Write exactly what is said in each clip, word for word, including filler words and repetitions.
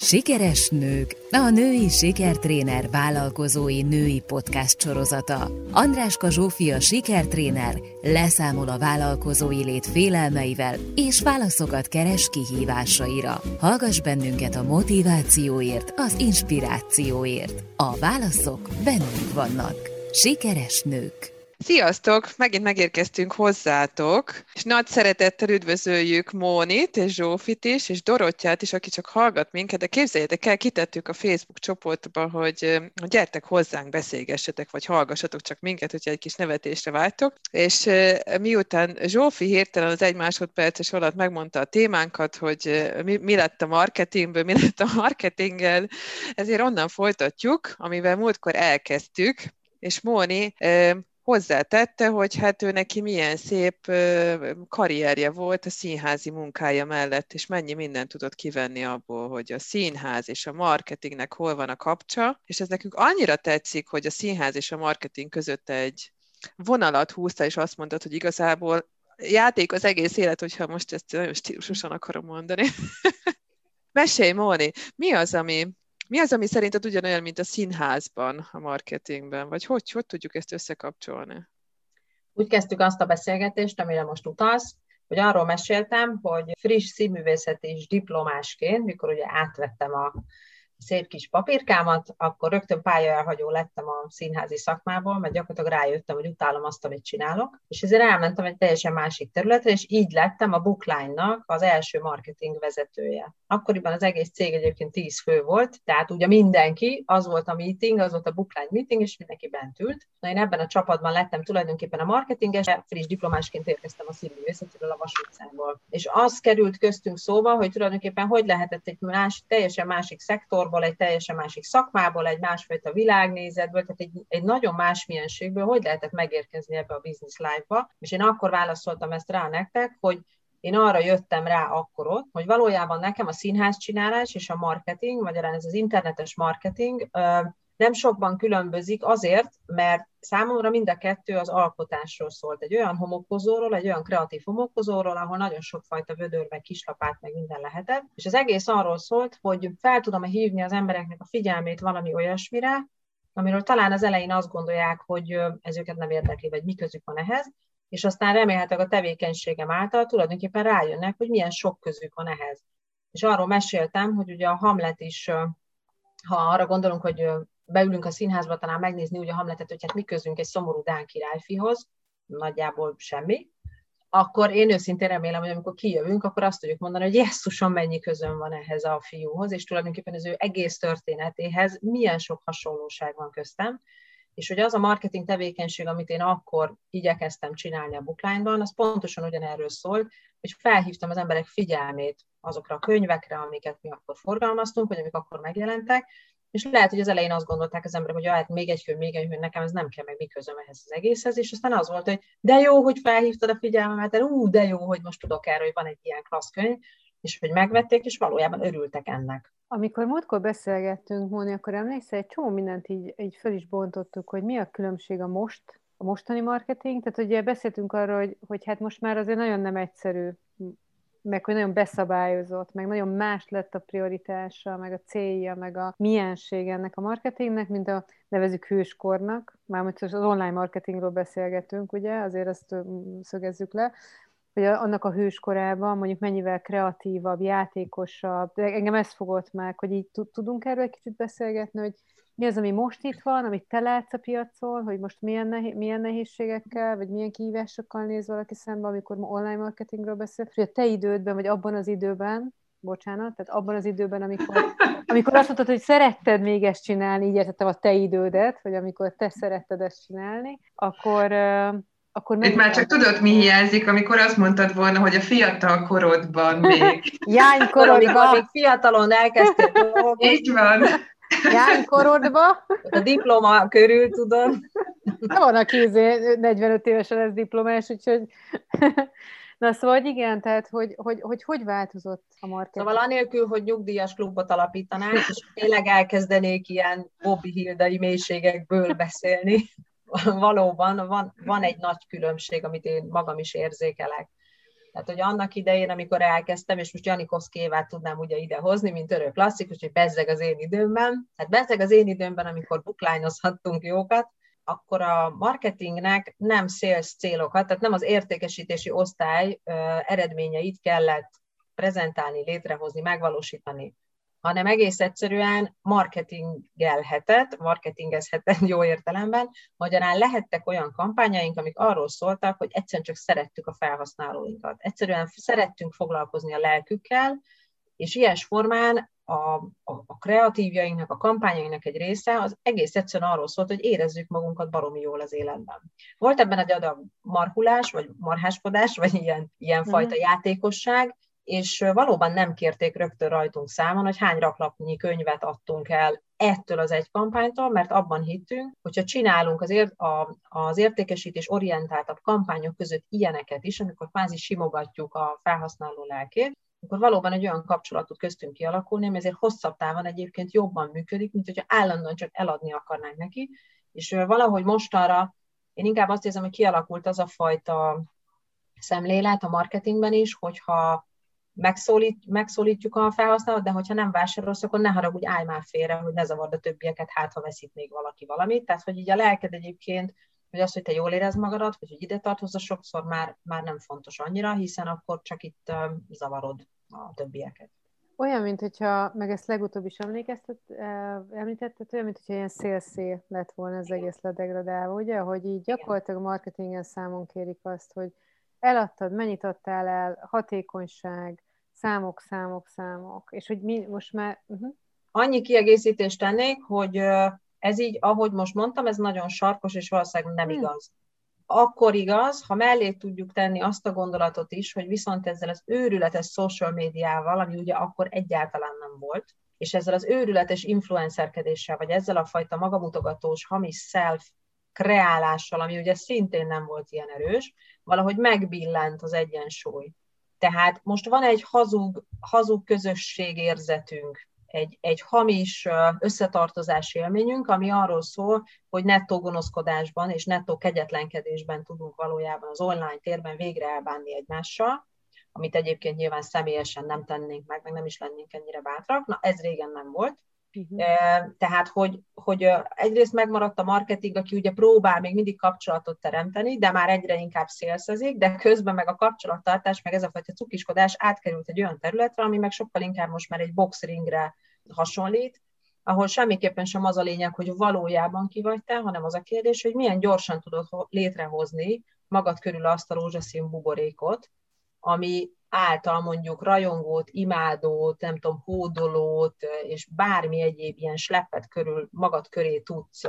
Sikeres nők, a női sikertréner vállalkozói női podcast sorozata. Andráska Zsófia sikertréner leszámol a vállalkozói lét félelmeivel és válaszokat keres kihívásaira. Hallgass bennünket a motivációért, az inspirációért. A válaszok bennünk vannak. Sikeres nők. Sziasztok! Megint megérkeztünk hozzátok, és nagy szeretettel üdvözöljük Mónit és Zsófit is, és Dorottyát is, aki csak hallgat minket, de képzeljétek el, kitettük a Facebook csoportba, hogy gyertek hozzánk, beszélgessetek, vagy hallgassatok csak minket, hogyha egy kis nevetésre vágytok. És miután Zsófi hirtelen az egy másodperces alatt megmondta a témánkat, hogy mi, mi lett a marketingből, mi lett a marketinggel, ezért onnan folytatjuk, amivel múltkor elkezdtük, és Móni hozzátette, hogy hát ő neki milyen szép karrierje volt a színházi munkája mellett, és mennyi mindent tudott kivenni abból, hogy a színház és a marketingnek hol van a kapcsa, és ez nekünk annyira tetszik, hogy a színház és a marketing között egy vonalat húzta, és azt mondtad, hogy igazából játék az egész élet, hogyha most ezt nagyon stílusosan akarom mondani. Mesélj, Móni, mi az, ami... Mi az, ami szerinted ugyanolyan, mint a színházban, a marketingben? Vagy hogy, hogy tudjuk ezt összekapcsolni? Úgy kezdtük azt a beszélgetést, amire most utalsz, hogy arról meséltem, hogy friss színművészeti diplomásként, mikor ugye átvettem a szép kis papírkámat, akkor rögtön pályaelhagyó lettem a színházi szakmából, mert gyakorlatilag rájöttem, hogy utálom azt, amit csinálok, és ezért elmentem egy teljesen másik területre, és így lettem a Bookline-nak az első marketing vezetője. Akkoriban az egész cég egyébként tíz fő volt, tehát ugye mindenki, az volt a meeting, az volt a Bookline meeting, és mindenki bent ült. Na, én ebben a csapatban lettem tulajdonképpen a marketinges, friss diplomásként érkeztem a színművészetről, a Vas utcából. És az került köztünk szóba, hogy tulajdonképpen hogy lehetett egy más, teljesen másik szektor, egy teljesen másik szakmából, egy másfajta világnézetből, tehát egy, egy nagyon más mienségből, hogy lehetett megérkezni ebbe a business life-ba. És én akkor válaszoltam ezt rá nektek, hogy én arra jöttem rá akkor ott, hogy valójában nekem a színház csinálás és a marketing, magyarán ez az internetes marketing nem sokban különbözik azért, mert számomra mind a kettő az alkotásról szólt. Egy olyan homokozóról, egy olyan kreatív homokozóról, ahol nagyon sokfajta vödör, meg kislapát, meg minden lehetett. És az egész arról szólt, hogy fel tudom-e hívni az embereknek a figyelmét valami olyasmire, amiről talán az elején azt gondolják, hogy ez őket nem érdekli, vagy mi közük van ehhez, és aztán remélhetőleg a tevékenységem által tulajdonképpen rájönnek, hogy milyen sok közük van ehhez. És arról meséltem, hogy ugye a Hamlet is, ha arra gondolunk, hogy beülünk a színházba talán megnézni úgy a Hamletet, hogy hát mi közünk egy szomorú dán királyfihoz, nagyjából semmi, akkor én őszintén remélem, hogy amikor kijövünk, akkor azt tudjuk mondani, hogy jesszusom, mennyi közön van ehhez a fiúhoz, és tulajdonképpen az ő egész történetéhez milyen sok hasonlóság van köztem, és hogy az a marketing tevékenység, amit én akkor igyekeztem csinálni a Bookline-ban, az pontosan ugyanerről szólt, hogy felhívtam az emberek figyelmét azokra a könyvekre, amiket mi akkor forgalmaztunk, vagy amik akkor megjelentek, és lehet, hogy az elején azt gondolták az emberek, hogy hát még egy könyv, még egy könyv, nekem ez nem kell, meg mi közöm ehhez az egészhez, és aztán az volt, hogy de jó, hogy felhívtad a figyelmemet, ú, de jó, hogy most tudok erről, hogy van egy ilyen klassz könyv, és hogy megvették, és valójában örültek ennek. Amikor múltkor beszélgettünk, Móni, akkor emlékszel, egy csomó mindent így, így föl is bontottuk, hogy mi a különbség a most, a mostani marketing, tehát ugye beszéltünk arról, hogy, hogy hát most már azért nagyon nem egyszerű, meg hogy nagyon beszabályozott, meg nagyon más lett a prioritása, meg a célja, meg a milyenség ennek a marketingnek, mint a nevezzük hőskornak, mármint az online marketingről beszélgetünk, ugye, azért ezt szögezzük le, hogy annak a hőskorában mondjuk mennyivel kreatívabb, játékosabb, de engem ez fogott meg, hogy így tudunk erről egy kicsit beszélgetni, hogy mi az, ami most itt van, amit te látsz a piacon, hogy most milyen, nehéz, milyen nehézségekkel, vagy milyen kihívásokkal néz valaki szembe, amikor online marketingről beszél, hogy a te idődben, vagy abban az időben, bocsánat, tehát abban az időben, amikor, amikor azt mondtad, hogy szeretted még ezt csinálni, így értettem a te idődet, hogy amikor te szeretted ezt csinálni, akkor... Akkor itt már csak tudod, mi hiányzik, amikor azt mondtad volna, hogy a fiatal korodban még. Jánykorodban. Amikor még fiatalon elkezdtél dolgozni. Így van. Jánykorodban. A diploma körül, tudod. Van, aki negyvenöt évesen lesz diplomás, úgyhogy... Na szóval, hogy igen, tehát hogy hogy, hogy, hogy változott a marketing? Szóval anélkül, hogy nyugdíjas klubot alapítanánk, és tényleg elkezdenék ilyen Bobby Hildai mélységekből beszélni, valóban van, van egy nagy különbség, amit én magam is érzékelek. Tehát, hogy annak idején, amikor elkezdtem, és most Janikovszkijévát tudnám ugye idehozni, mint örök klasszikus, hogy bezzeg az én időmben. Hát bezzeg az én időmben, amikor bookline-ozhattunk jókat, akkor a marketingnek nem sales célokat, tehát nem az értékesítési osztály eredményeit kellett prezentálni, létrehozni, megvalósítani, hanem egész egyszerűen marketingelhetett, marketingezhetett jó értelemben, magyarán lehettek olyan kampányaink, amik arról szóltak, hogy egyszerűen csak szerettük a felhasználóinkat. Egyszerűen szerettünk foglalkozni a lelkükkel, és ilyes formán a, a, a kreatívjainknak, a kampányainknak egy része az egész egyszerűen arról szólt, hogy érezzük magunkat baromi jól az életben. Volt ebben egy adag marhulás, vagy marháskodás, vagy ilyen, ilyen fajta mm-hmm. játékosság, és valóban nem kérték rögtön rajtunk számon, hogy hány raklapnyi könyvet adtunk el ettől az egy kampánytól, mert abban hittünk, hogyha csinálunk az, ér, a, az értékesítés orientáltabb kampányok között ilyeneket is, amikor kvázi simogatjuk a felhasználó lelkét, akkor valóban egy olyan kapcsolatot köztünk kialakulni, ami ezért hosszabb távon egyébként jobban működik, mint hogyha állandóan csak eladni akarnánk neki, és valahogy mostanra én inkább azt érzem, hogy kialakult az a fajta szemlélet a marketingben is, hogyha Megszólít, megszólítjuk a felhasználót, de hogyha nem vásárolsz, akkor ne haragudj, állj már félre, hogy ne zavard a többieket, hát ha veszít még valaki valamit. Tehát, hogy így a lelked egyébként, hogy az, hogy te jól érezd magadat, vagy hogy ide tartozza, sokszor már, már nem fontos annyira, hiszen akkor csak itt uh, zavarod a többieket. Olyan, mint hogyha, meg ezt legutóbb is emlékeztet, említetted, olyan, mint hogyha ilyen szélszé lett volna az egész ledegradálva, ugye? Hogy így gyakorlatilag a marketingen számon kérik azt, hogy eladtad, mennyit adtál el, hatékonyság, számok, számok, számok, és hogy mi most már... Uh-huh. Annyi kiegészítést tennék, hogy ez így, ahogy most mondtam, ez nagyon sarkos, és valószínűleg nem hmm. igaz. Akkor igaz, ha mellé tudjuk tenni azt a gondolatot is, hogy viszont ezzel az őrületes social médiával, ami ugye akkor egyáltalán nem volt, és ezzel az őrületes influencerkedéssel, vagy ezzel a fajta magamutogatós, hamis self kreálással, ami ugye szintén nem volt ilyen erős, valahogy megbillent az egyensúly. Tehát most van egy hazug, hazug közösségérzetünk, egy, egy hamis összetartozási élményünk, ami arról szól, hogy nettó gonoszkodásban és nettó kegyetlenkedésben tudunk valójában az online térben végre elbánni egymással, amit egyébként nyilván személyesen nem tennénk meg, meg nem is lennénk ennyire bátrak. Na, ez régen nem volt. Uh-huh. Tehát, hogy, hogy egyrészt megmaradt a marketing, aki ugye próbál még mindig kapcsolatot teremteni, de már egyre inkább szélszezik, de közben meg a kapcsolattartás, meg ez a fajta cukiskodás átkerült egy olyan területre, ami meg sokkal inkább most már egy boxringre hasonlít, ahol semmiképpen sem az a lényeg, hogy valójában ki vagy te, hanem az a kérdés, hogy milyen gyorsan tudod létrehozni magad körül azt a rózsaszín buborékot, ami által mondjuk rajongót, imádót, nem tudom, hódolót, és bármi egyéb ilyen sleppet körül magad köré tudsz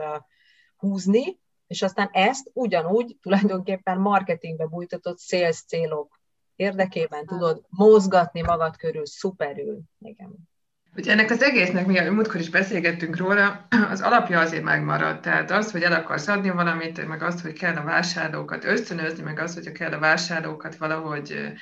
húzni, és aztán ezt ugyanúgy tulajdonképpen marketingbe bújtatott sales célok érdekében tudod mozgatni magad körül szuperül. Igen. Ugye ennek az egésznek, mi múltkor is beszélgettünk róla, az alapja azért megmaradt. Tehát az, hogy el akarsz adni valamit, meg az, hogy kell a vásárlókat ösztönözni, meg az, hogy kell a vásárlókat valahogy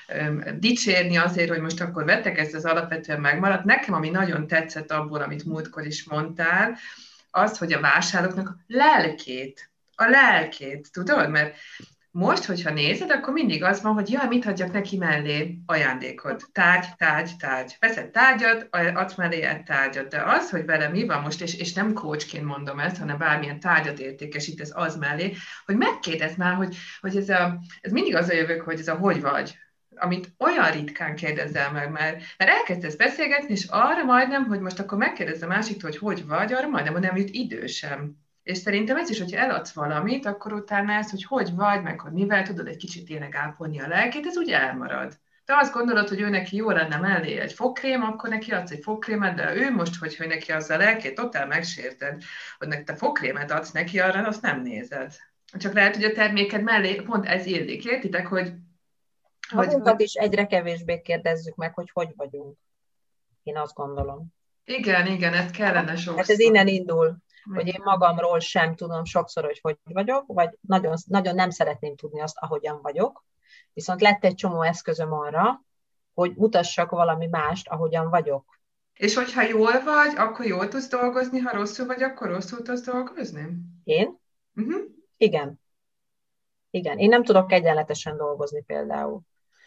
dicsérni azért, hogy most akkor vettek, ezt az alapvetően megmaradt. Nekem, ami nagyon tetszett abból, amit múltkor is mondtál, az, hogy a vásárlóknak a lelkét, a lelkét, tudod? Mert most, hogyha nézed, akkor mindig az van, hogy jaj, mit adjak neki mellé? Ajándékot. Tárgy, tárgy, tárgy. Veszed tárgyat, adsz mellé egy tárgyat. De az, hogy vele mi van most, és, és nem coachként mondom ezt, hanem bármilyen tárgyat értékesítesz az mellé, hogy megkérdezd már, hogy, hogy ez, a, ez mindig az a jövök, hogy ez a hogy vagy, amit olyan ritkán kérdezzel meg, mert, mert elkezdesz beszélgetni, és arra majdnem, hogy most akkor megkérdezz a másiktól, hogy hogy vagy, arra majdnem nem jut idő sem. És szerintem ez is, hogyha eladsz valamit, akkor utána ez, hogy hogy vagy, meg hogy mivel tudod egy kicsit tényleg ápolni a lelkét, ez úgy elmarad. Te azt gondolod, hogy ő neki jó lenne mellé egy fogkrém, akkor neki adsz egy fogkrémet, de ő most, hogyha neki az a lelkét totál megsérted, hogy neki te fogkrémet adsz neki, arra azt nem nézed. Csak lehet, hogy a terméked mellé pont ez illik. Értitek, hogy magunkat hogy... is egyre kevésbé kérdezzük meg, hogy hogy vagyunk. Én azt gondolom. Igen, igen, ez kellene sokszor. Hát ez innen indul, hogy én magamról sem tudom sokszor, hogy hogy vagyok, vagy nagyon, nagyon nem szeretném tudni azt, ahogyan vagyok. Viszont lett egy csomó eszközöm arra, hogy mutassak valami mást, ahogyan vagyok. És hogyha jól vagy, akkor jól tudsz dolgozni, ha rosszul vagy, akkor rosszul tudsz dolgozni? Én? Uh-huh. Igen. Igen. Én nem tudok egyenletesen dolgozni például.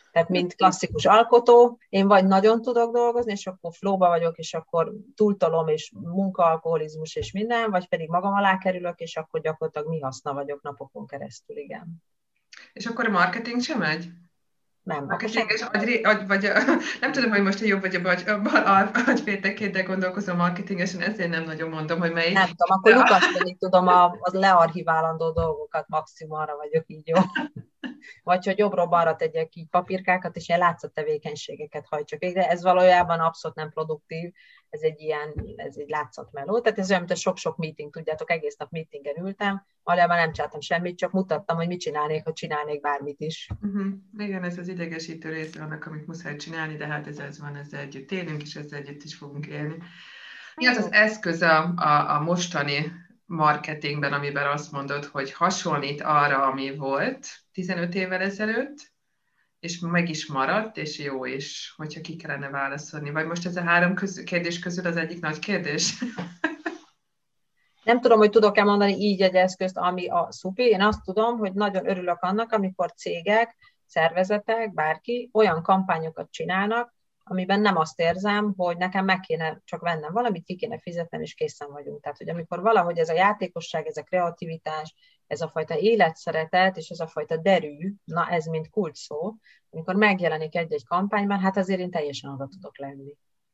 Tehát mint klasszikus alkotó, én vagy nagyon tudok dolgozni, és akkor flowba vagyok, és akkor túltolom, és munkaalkoholizmus, és minden, vagy pedig magam alá kerülök, és akkor gyakorlatilag mi haszna vagyok napokon keresztül, igen. És akkor a marketing sem megy? Nem. Marketinges agy, agy, vagy a, nem tudom, hogy most a jobb vagy a bal, a bal agyféltekét, de gondolkozom marketingesen, ezért nem nagyon mondom, hogy melyik. Nem tudom, akkor lyukasztani tudom a, a learchiválandó dolgokat, maximum arra vagyok így jó. Vagy hogy jobbra-balra tegyek így papírkákat, és ilyen látszattevékenységeket hajtsak végre. Ez valójában abszolút nem produktív, ez egy ilyen, ez egy látszatmeló. Tehát ez olyan, mint a sok-sok meeting, tudjátok, egész nap meetingen ültem, valójában nem csináltam semmit, csak mutattam, hogy mit csinálnék, ha csinálnék bármit is. Uh-huh. Igen, ez az idegesítő része annak, amit muszáj csinálni, de hát ez, ez van, ezzel együtt élünk, és ezzel együtt is fogunk élni. Mi az az eszköz a, a, a mostani marketingben, amiben azt mondod, hogy hasonlít arra, ami volt tizenöt évvel ezelőtt, és meg is maradt, és jó is, hogyha ki kellene válaszolni. Vagy most ez a három közül, kérdés közül az egyik nagy kérdés? Nem tudom, hogy tudok-e mondani így egy eszközt, ami a szupi. Én azt tudom, hogy nagyon örülök annak, amikor cégek, szervezetek, bárki olyan kampányokat csinálnak, amiben nem azt érzem, hogy nekem meg kéne csak vennem valamit, ki kéne fizetnem, és készen vagyunk. Tehát, hogy amikor valahogy ez a játékosság, ez a kreativitás, ez a fajta életszeretet, és ez a fajta derű, na ez mind kult szó, amikor megjelenik egy-egy kampányban, hát azért én teljesen oda tudok lenni.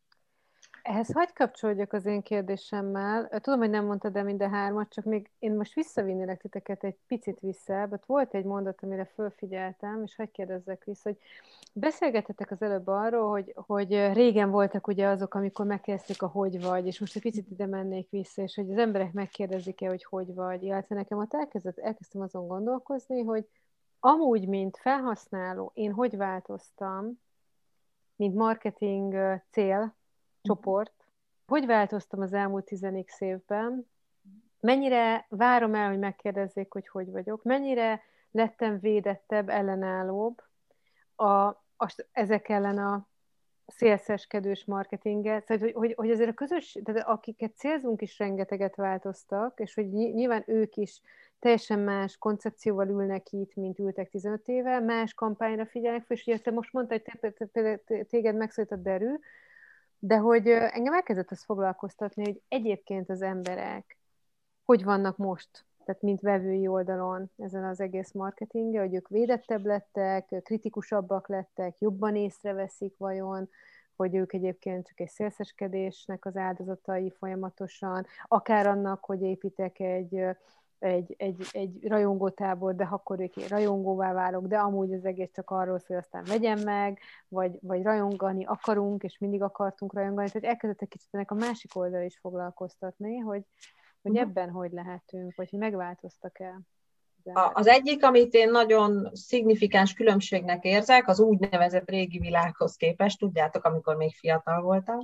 Ehhez hadd kapcsolódjak az én kérdésemmel. Tudom, hogy nem mondtad el mind a hármat, csak még én most visszavinnélek titeket egy picit vissza, mert volt egy mondat, amire fölfigyeltem, és hadd kérdezzek vissza, hogy beszélgettetek az előbb arról, hogy, hogy régen voltak ugye azok, amikor megkérdezték a hogy vagy, és most egy picit ide mennék vissza, és hogy az emberek megkérdezik-e, hogy hogy vagy, illetve nekem ott elkezdett, elkezdtem azon gondolkozni, hogy amúgy, mint felhasználó, én hogy változtam, mint marketing cél, csoport. Hogy változtam az elmúlt tizen évben? Mennyire várom el, hogy megkérdezzék, hogy hogy vagyok? Mennyire lettem védettebb, ellenállóbb a, a, ezek ellen a szélszeskedős marketinggel? Szóval, hogy, hogy, hogy azért a közös, tehát akiket célzunk is rengeteget változtak, és hogy nyilván ők is teljesen más koncepcióval ülnek itt, mint ültek tizenöt éve, más kampányra figyelnek fel, és ugye te most mondtad, hogy te, te, te, téged megszólít a derű, de hogy engem elkezdett azt foglalkoztatni, hogy egyébként az emberek hogy vannak most, tehát mint vevői oldalon ezen az egész marketingje, hogy ők védettebb lettek, kritikusabbak lettek, jobban észreveszik vajon, hogy ők egyébként csak egy szélszeskedésnek az áldozatai folyamatosan, akár annak, hogy építek egy, egy, egy, egy rajongótábor, de akkor ők rajongóvá válok, de amúgy az egész csak arról szól, hogy aztán vegyem meg, vagy, vagy rajongani akarunk, és mindig akartunk rajongani. Tehát elkezdett egy kicsit ennek a másik oldal is foglalkoztatni, hogy, hogy ebben hogy lehetünk, vagy hogy megváltoztak el. Az egyik, amit én nagyon szignifikáns különbségnek érzek, az úgynevezett régi világhoz képest, tudjátok, amikor még fiatal voltam,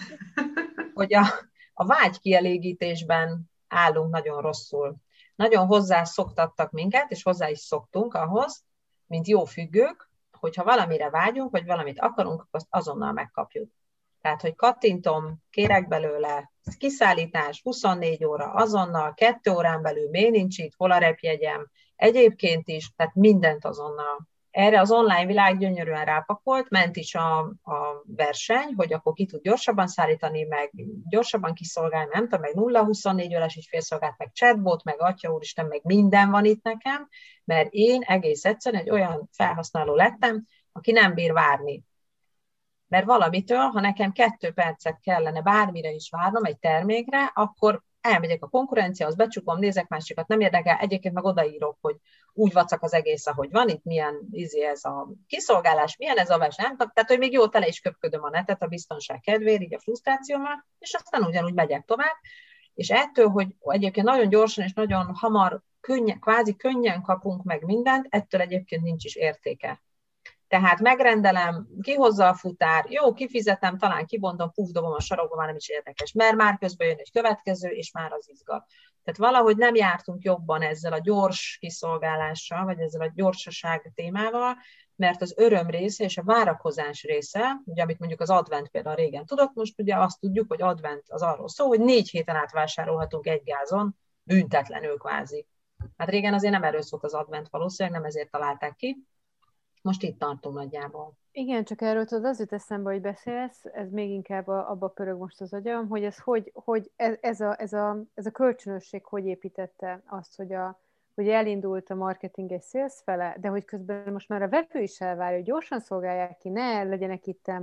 hogy a, a vágykielégítésben állunk nagyon rosszul. Nagyon hozzászoktattak minket, és hozzá is szoktunk ahhoz, mint jó függők, hogyha valamire vágyunk, vagy valamit akarunk, azt azonnal megkapjuk. Tehát, hogy kattintom, kérek belőle, kiszállítás, huszonnégy óra, azonnal, kettő órán belül, még nincs itt, hol a repjegyem, egyébként is, tehát mindent azonnal. Erre az online világ gyönyörűen rápakolt, ment is a, a verseny, hogy akkor ki tud gyorsabban szállítani, meg gyorsabban kiszolgálni, nem tudom, meg nulla huszonnégy órás ügyfélszolgálat, meg chatbot, meg atya úristen, meg minden van itt nekem, mert én egész egyszerűen egy olyan felhasználó lettem, aki nem bír várni. Mert valamitől, ha nekem kettő percet kellene bármire is várnom egy termékre, akkor elmegyek a konkurenciához, becsukom, nézek másikat, nem érdekel, egyébként meg odaírok, hogy úgy vacak az egész, ahogy van, itt milyen izé ez a kiszolgálás, milyen ez a verseny, nem tudom, tehát, hogy még jó tele is köpködöm a netet a biztonság kedvéért, így a frusztrációmmal, és aztán ugyanúgy megyek tovább, és ettől, hogy egyébként nagyon gyorsan és nagyon hamar, könnyen, kvázi könnyen kapunk meg mindent, ettől egyébként nincs is értéke. Tehát megrendelem, kihozza a futár, jó, kifizetem, talán kibontom, puf, dobom a sarokba, már nem is érdekes, mert már közben jön egy következő, és már az izgat. Tehát valahogy nem jártunk jobban ezzel a gyors kiszolgálással, vagy ezzel a gyorsaság témával, mert az öröm része és a várakozás része, ugye amit mondjuk az advent például régen tudott, most ugye azt tudjuk, hogy advent az arról szól, hogy négy héten át vásárolhatunk egy gázon, büntetlenül kvázi. Hát régen azért nem erről szólt az advent valószínűleg, nem ezért találták ki. most itt tartunk nagyjából. Igen, csak erről tudod, az jut eszembe, hogy beszélsz, ez még inkább a, abba pörög most az agyam, hogy ez hogy, hogy ez, ez, a, ez, a, ez a kölcsönösség hogy építette azt, hogy, a, hogy elindult a marketing egy sales fele, de hogy közben most már a vevő is elvárja, hogy gyorsan szolgálják ki, ne legyenek itt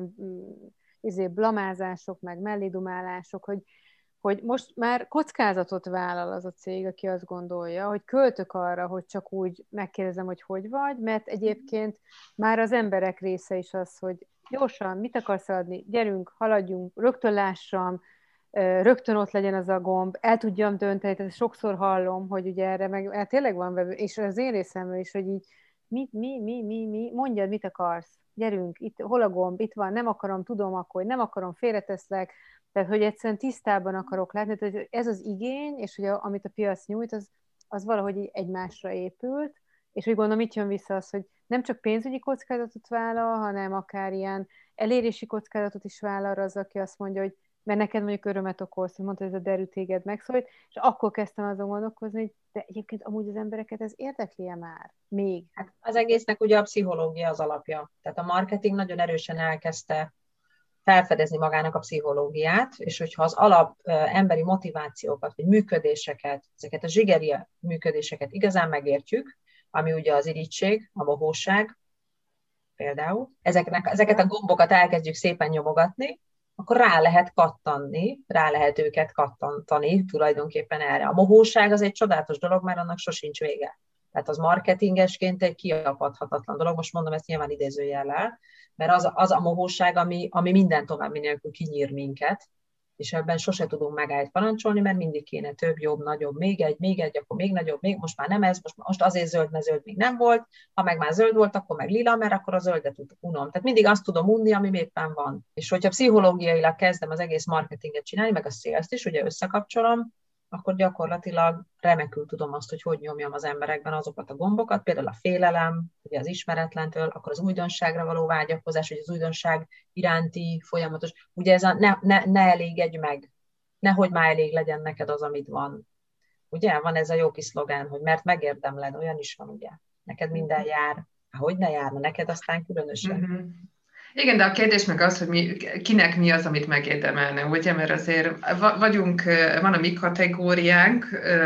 izé, blamázások, meg mellidumálások, hogy hogy most már kockázatot vállal az a cég, aki azt gondolja, hogy költök arra, hogy csak úgy megkérdezem, hogy hogy vagy, mert egyébként már az emberek része is az, hogy gyorsan, mit akarsz adni, gyerünk, haladjunk, rögtön lássam, rögtön ott legyen az a gomb, el tudjam dönteni, tehát sokszor hallom, hogy ugye erre meg hát tényleg van vevő, és az én részemről is, hogy így mi, mi, mi, mi, mi, mondjad, mit akarsz, gyerünk, itt, hol a gomb, itt van, nem akarom, tudom akkor, nem akarom, félreteszlek. Tehát, hogy egyszerűen tisztában akarok látni, tehát ez az igény, és hogy a, amit a piac nyújt, az, az valahogy egymásra épült, és úgy gondolom, itt jön vissza az, hogy nem csak pénzügyi kockázatot vállal, hanem akár ilyen elérési kockázatot is vállal az, aki azt mondja, hogy mert neked mondjuk örömet okoz, hogy mondta, hogy ez a derű téged megszólít, és akkor kezdtem azon gondolkozni, hogy de egyébként amúgy az embereket ez érdekli-e már? Még? Hát az egésznek ugye a pszichológia az alapja. Tehát a marketing nagyon erősen elkezdte felfedezni magának a pszichológiát, és hogyha az alap emberi motivációkat, vagy működéseket, ezeket a zsigeri működéseket igazán megértjük, ami ugye az irigység, a mohóság például, ezeknek, ezeket a gombokat elkezdjük szépen nyomogatni, akkor rá lehet kattanni, rá lehet őket kattantani tulajdonképpen erre. A mohóság az egy csodálatos dolog, mert annak sosincs vége. Tehát az marketingesként egy kiapadhatatlan dolog, most mondom ezt nyilván idézőjellel, mert az, az a mohóság, ami, ami minden további nélkül kinyír minket, és ebben sose tudunk megállt parancsolni, mert mindig kéne több, jobb, nagyobb, még egy, még egy, akkor még nagyobb, még most már nem ez, most, most azért zöld, mert zöld még nem volt, ha meg már zöld volt, akkor meg lila, mert akkor a zöldet unom. Tehát mindig azt tudom unni, ami éppen van. És hogyha pszichológiailag kezdem az egész marketinget csinálni, meg a sales-t is, ugye összekapcsolom, akkor gyakorlatilag remekül tudom azt, hogy hogy nyomjam az emberekben azokat a gombokat, például a félelem, ugye az ismeretlentől, akkor az újdonságra való vágyakozás, vagy az újdonság iránti folyamatos, ugye ez a ne, ne, ne elégedj meg, nehogy már elég legyen neked az, amit van. Ugye, van ez a jó kis szlogán, hogy mert megérdemled, olyan is van, ugye, neked minden jár, hogy ne járna, neked aztán különösen. Mm-hmm. Igen, de a kérdés meg az, hogy mi, kinek mi az, amit megérdemelne, ugye, mert azért vagyunk, van a mi kategóriánk,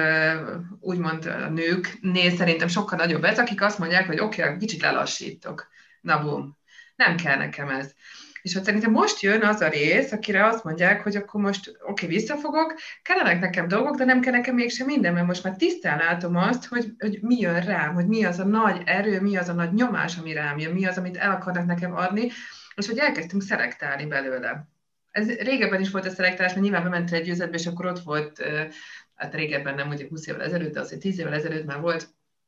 úgymond a nőknél szerintem sokkal nagyobb ez, akik azt mondják, hogy oké, okay, kicsit lelassítok, na bum, nem kell nekem ez. És hát szerintem most jön az a rész, akire azt mondják, hogy akkor most oké, okay, visszafogok, kellenek nekem dolgok, de nem kell nekem mégsem minden, mert most már tisztán látom azt, hogy, hogy mi jön rám, hogy mi az a nagy erő, mi az a nagy nyomás, ami rám jön, mi az, amit el akarnak nekem adni, és hogy elkezdtünk szelektálni belőle. Ez régebben is volt a szelektálás, mert nyilván bementél egy üzletbe, és akkor ott volt, hát régebben nem, ugye húsz évvel ezelőtt, de azért tíz évvel ezelőtt már volt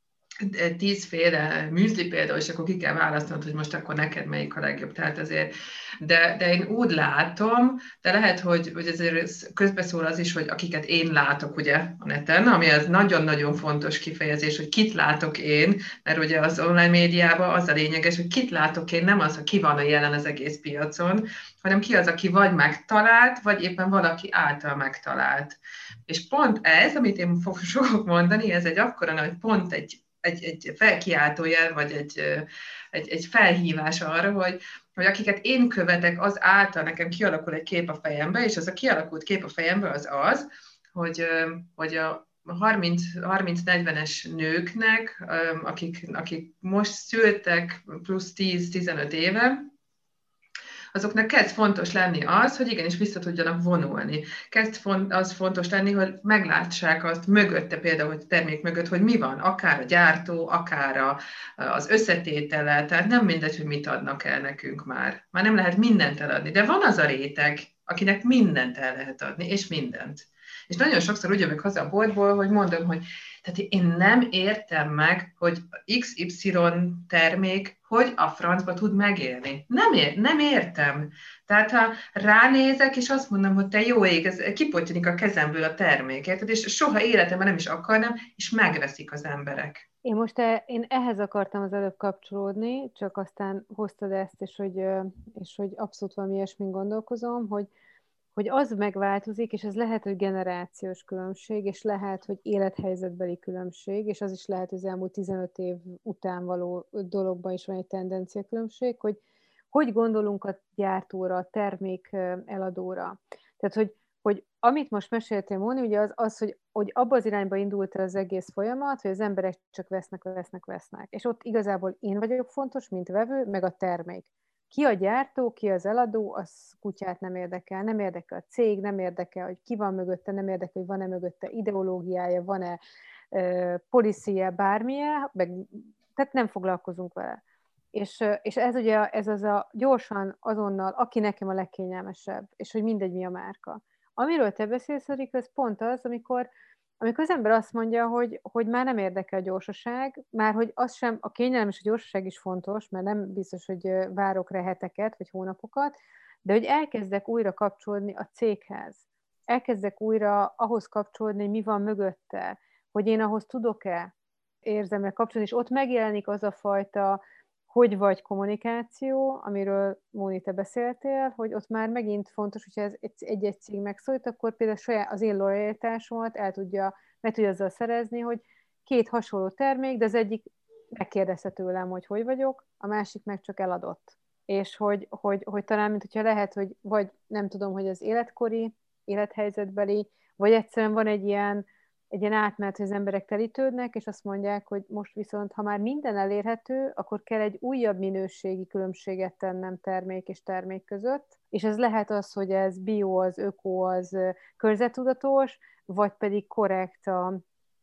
tízféle műzli például, és akkor ki kell választanod, hogy most akkor neked melyik a legjobb. Tehát azért, de, de én úgy látom, de lehet, hogy, hogy ezért közbeszól az is, hogy akiket én látok ugye a neten, ami az nagyon-nagyon fontos kifejezés, hogy kit látok én, mert ugye az online médiában az a lényeges, hogy kit látok én, nem az, aki van a jelen az egész piacon, hanem ki az, aki vagy megtalált, vagy éppen valaki által megtalált. És pont ez, amit én fogok mondani, ez egy akkora nagy pont, egy Egy, egy felkiáltójel, vagy egy, egy, egy felhívás arra, hogy, hogy akiket én követek, az által nekem kialakul egy kép a fejembe, és az a kialakult kép a fejembe az az, hogy, hogy a harminc-negyvenes nőknek, akik, akik most szültek plusz tíz-tizenöt éve, azoknak kezd fontos lenni az, hogy igenis vissza tudjanak vonulni. Kezd font, az fontos lenni, hogy meglátsák azt mögötte, például hogy a termék mögött, hogy mi van, akár a gyártó, akár a, az összetétele, tehát nem mindegy, hogy mit adnak el nekünk már. Már nem lehet mindent eladni, de van az a réteg, akinek mindent el lehet adni, és mindent. És nagyon sokszor úgy jövök haza a boltból, hogy mondom, hogy tehát én nem értem meg, hogy iksz ipszilon termék hogy a francba tud megélni. Nem, ér, nem értem. Tehát ha ránézek, és azt mondom, hogy te jó ég, ez kipottynik a kezemből a termék, érted? És soha életemben nem is akarnám, és megveszik az emberek. Én most e, én ehhez akartam az előbb kapcsolódni, csak aztán hoztad ezt, és hogy, és hogy abszolút valami ilyesmin gondolkozom, hogy hogy az megváltozik, és ez lehet, hogy generációs különbség, és lehet, hogy élethelyzetbeli különbség, és az is lehet, hogy az elmúlt tizenöt év után való dologban is van egy tendencia különbség, hogy hogy gondolunk a gyártóra, a termék eladóra. Tehát, hogy, hogy amit most meséltél, Móni, ugye az, az hogy, hogy abba az irányba indult el az egész folyamat, hogy az emberek csak vesznek, vesznek, vesznek. És ott igazából én vagyok fontos, mint vevő, meg a termék. Ki a gyártó, ki az eladó, az kutyát nem érdekel, nem érdekel a cég, nem érdekel, hogy ki van mögötte, nem érdekel, hogy van-e mögötte ideológiája, van-e uh, policy-je, bármilyen, meg, tehát nem foglalkozunk vele. És, és ez ugye ez az a gyorsan, azonnal, aki nekem a legkényelmesebb, és hogy mindegy, mi a márka. Amiről te beszélsz, Erika, ez pont az, amikor, amikor az ember azt mondja, hogy, hogy már nem érdekel a gyorsaság, már hogy az sem, a kényelem és a gyorsaság is fontos, mert nem biztos, hogy várok rá heteket, vagy hónapokat, de hogy elkezdek újra kapcsolódni a céghez. Elkezdek újra ahhoz kapcsolódni, hogy mi van mögötte, hogy én ahhoz tudok-e érzemre kapcsolódni, és ott megjelenik az a fajta hogy vagy kommunikáció, amiről Móni, te beszéltél, hogy ott már megint fontos, hogyha ez egy-egy cég megszólít, akkor például saját az én lojalitásomat el tudja, meg tudja azzal szerezni, hogy két hasonló termék, de az egyik megkérdezte tőlem, hogy hogy vagyok, a másik meg csak eladott. És hogy, hogy, hogy talán, mint hogyha lehet, hogy vagy nem tudom, hogy az életkori, élethelyzetbeli, vagy egyszerűen van egy ilyen egy ilyen átmenet, hogy az emberek telítődnek, és azt mondják, hogy most viszont, ha már minden elérhető, akkor kell egy újabb minőségi különbséget tennem termék és termék között, és ez lehet az, hogy ez bio, az öko, az környezettudatos, vagy pedig korrekt a,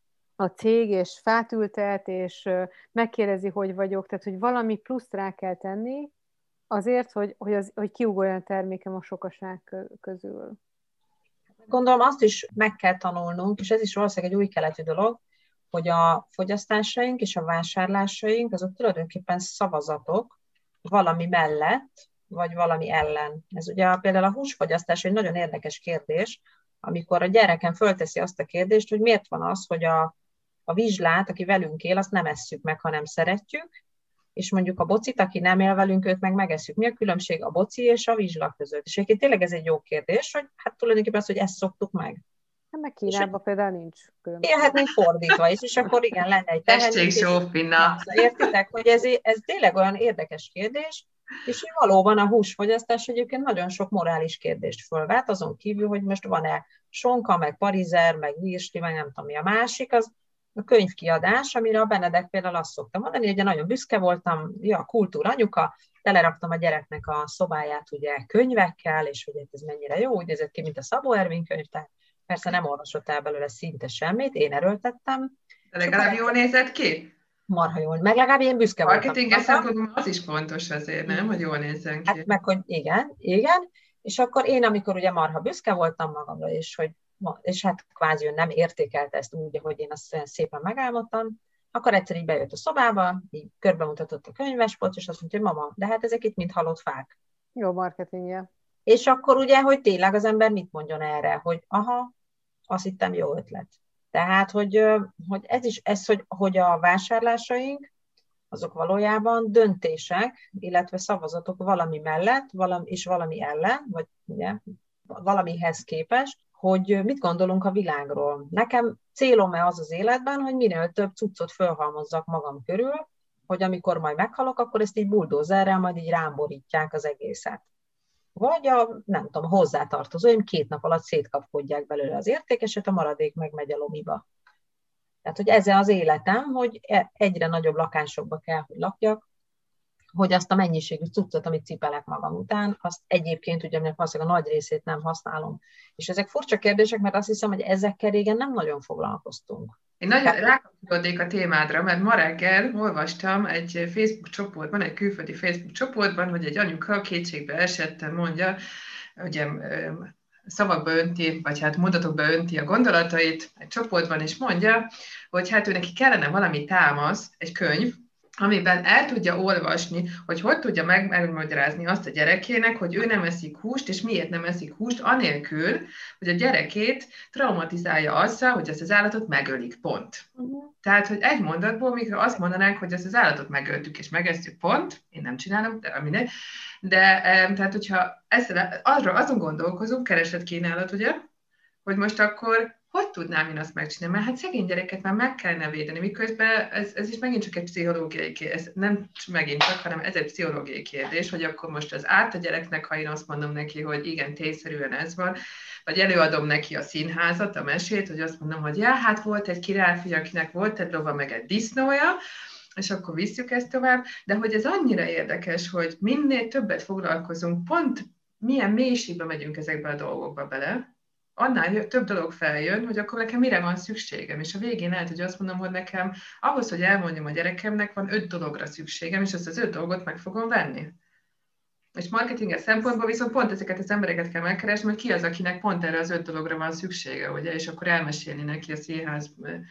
a cég, és fát ültet, és megkérdezi, hogy vagyok, tehát, hogy valami pluszt rá kell tenni, azért, hogy, hogy, az, hogy kiugoljon a termékem a sokaság közül. Gondolom azt is meg kell tanulnunk, és ez is valószínűleg egy új keletű dolog, hogy a fogyasztásaink és a vásárlásaink azok tulajdonképpen szavazatok valami mellett, vagy valami ellen. Ez ugye például a húsfogyasztás egy nagyon érdekes kérdés, amikor a gyerekem fölteszi azt a kérdést, hogy miért van az, hogy a, a vizslát, aki velünk él, azt nem esszük meg, hanem szeretjük, és mondjuk a bocit, aki nem él velünk, őt meg megesszük. Mi a különbség a boci és a vizsla között? És egyébként tényleg ez egy jó kérdés, hogy hát tulajdonképpen az, hogy ezt szoktuk meg. Hát meg Kínában például nincs különbség. Igen, hát nincs fordítva is, és akkor igen, lenne egy Tessék, Zsófina! Értitek, hogy ez, ez tényleg olyan érdekes kérdés, és valóban a húsfogyasztás egyébként nagyon sok morális kérdést fölvet, azon kívül, hogy most van-e sonka, meg parizer, meg virsli, meg nem tudom mi a másik, az a könyvkiadás, amire a Benedek például azt szokta mondani, hogy nagyon büszke voltam, ja, a kultúra anyuka, teleraktam a gyereknek a szobáját ugye könyvekkel, és hogy ez mennyire jó, úgy nézett ki, mint a Szabó Ervin könyv, tehát persze nem olvasott el belőle szinte semmit, én erőltettem. De legalább jól nézett ki? Marha jól, meg legalább én büszke voltam. Marketinges szempontból az is fontos azért, nem, hogy jól nézzen ki. Hát meg, hogy igen, igen, és akkor én, amikor ugye marha büszke voltam magamra, és hogy és hát kvázi nem értékelte ezt úgy, ahogy én azt szépen megálmodtam, akkor egyszer így bejött a szobába, így körbemutatott a könyvespolc, és azt mondta, hogy mama, de hát ezek itt mind halott fák. Jó marketingje. És akkor ugye, hogy tényleg az ember mit mondjon erre, hogy aha, azt hittem jó ötlet. Tehát, hogy, hogy ez is, ez, hogy, hogy a vásárlásaink, azok valójában döntések, illetve szavazatok valami mellett, valami, és valami ellen, vagy ugye, valamihez képest, hogy mit gondolunk a világról. Nekem célom-e az az életben, hogy minél több cuccot fölhalmozzak magam körül, hogy amikor majd meghalok, akkor ezt így buldózerrel majd így rámborítják az egészet. Vagy a, nem tudom, hozzátartozóim két nap alatt szétkapkodják belőle az értékeset, a maradék meg megy a lomiba. Tehát, hogy ez az életem, hogy egyre nagyobb lakásokba kell, hogy lakjak, hogy azt a mennyiségű cuccot, amit cipelek magam után, azt egyébként ugye valószínűleg a nagy részét nem használom. És ezek furcsa kérdések, mert azt hiszem, hogy ezekkel régen nem nagyon foglalkoztunk. Én nagyon rákapcsolódnék a témádra, mert ma reggel olvastam egy Facebook csoportban, egy külföldi Facebook csoportban, hogy egy anyuka kétségbe esetten mondja, ugye szavakba önti, vagy hát mondatokba önti a gondolatait egy csoportban, és mondja, hogy hát ő neki kellene valami támasz, egy könyv, amiben el tudja olvasni, hogy hogy tudja meg, megmagyarázni azt a gyerekének, hogy ő nem eszik húst, és miért nem eszik húst, anélkül, hogy a gyerekét traumatizálja azzal, hogy ezt az állatot megölik, pont. Uh-huh. Tehát, hogy egy mondatból, mikor azt mondanánk, hogy ezt az állatot megöltük és megesztjük, pont, én nem csinálom, de mindegy, de tehát, hogyha ezzel, arra, azon gondolkozunk, keresletkínálat, ugye, hogy most akkor hogy tudnám én azt megcsinálni? Mert hát szegény gyereket már meg kellene védeni, miközben ez, ez is megint csak egy pszichológiai kérdés, ez nem megint csak, hanem ez egy pszichológiai kérdés, hogy akkor most az árt a gyereknek, ha én azt mondom neki, hogy igen, tényszerűen ez van, vagy előadom neki a színházat, a mesét, hogy azt mondom, hogy ja, hát volt egy királyfi, akinek volt egy lova, meg egy disznója, és akkor visszük ezt tovább, de hogy ez annyira érdekes, hogy minél többet foglalkozunk, pont milyen mélységbe megyünk ezekbe a dolgokba bele, annál több dolog feljön, hogy akkor nekem mire van szükségem, és a végén lehet, hogy azt mondom, hogy nekem ahhoz, hogy elmondjam a gyerekemnek, van öt dologra szükségem, és azt az öt dolgot meg fogom venni. És marketinges szempontból viszont pont ezeket az embereket kell megkeresni, hogy ki az, akinek pont erre az öt dologra van szüksége, ugye, és akkor elmesélni neki a színház,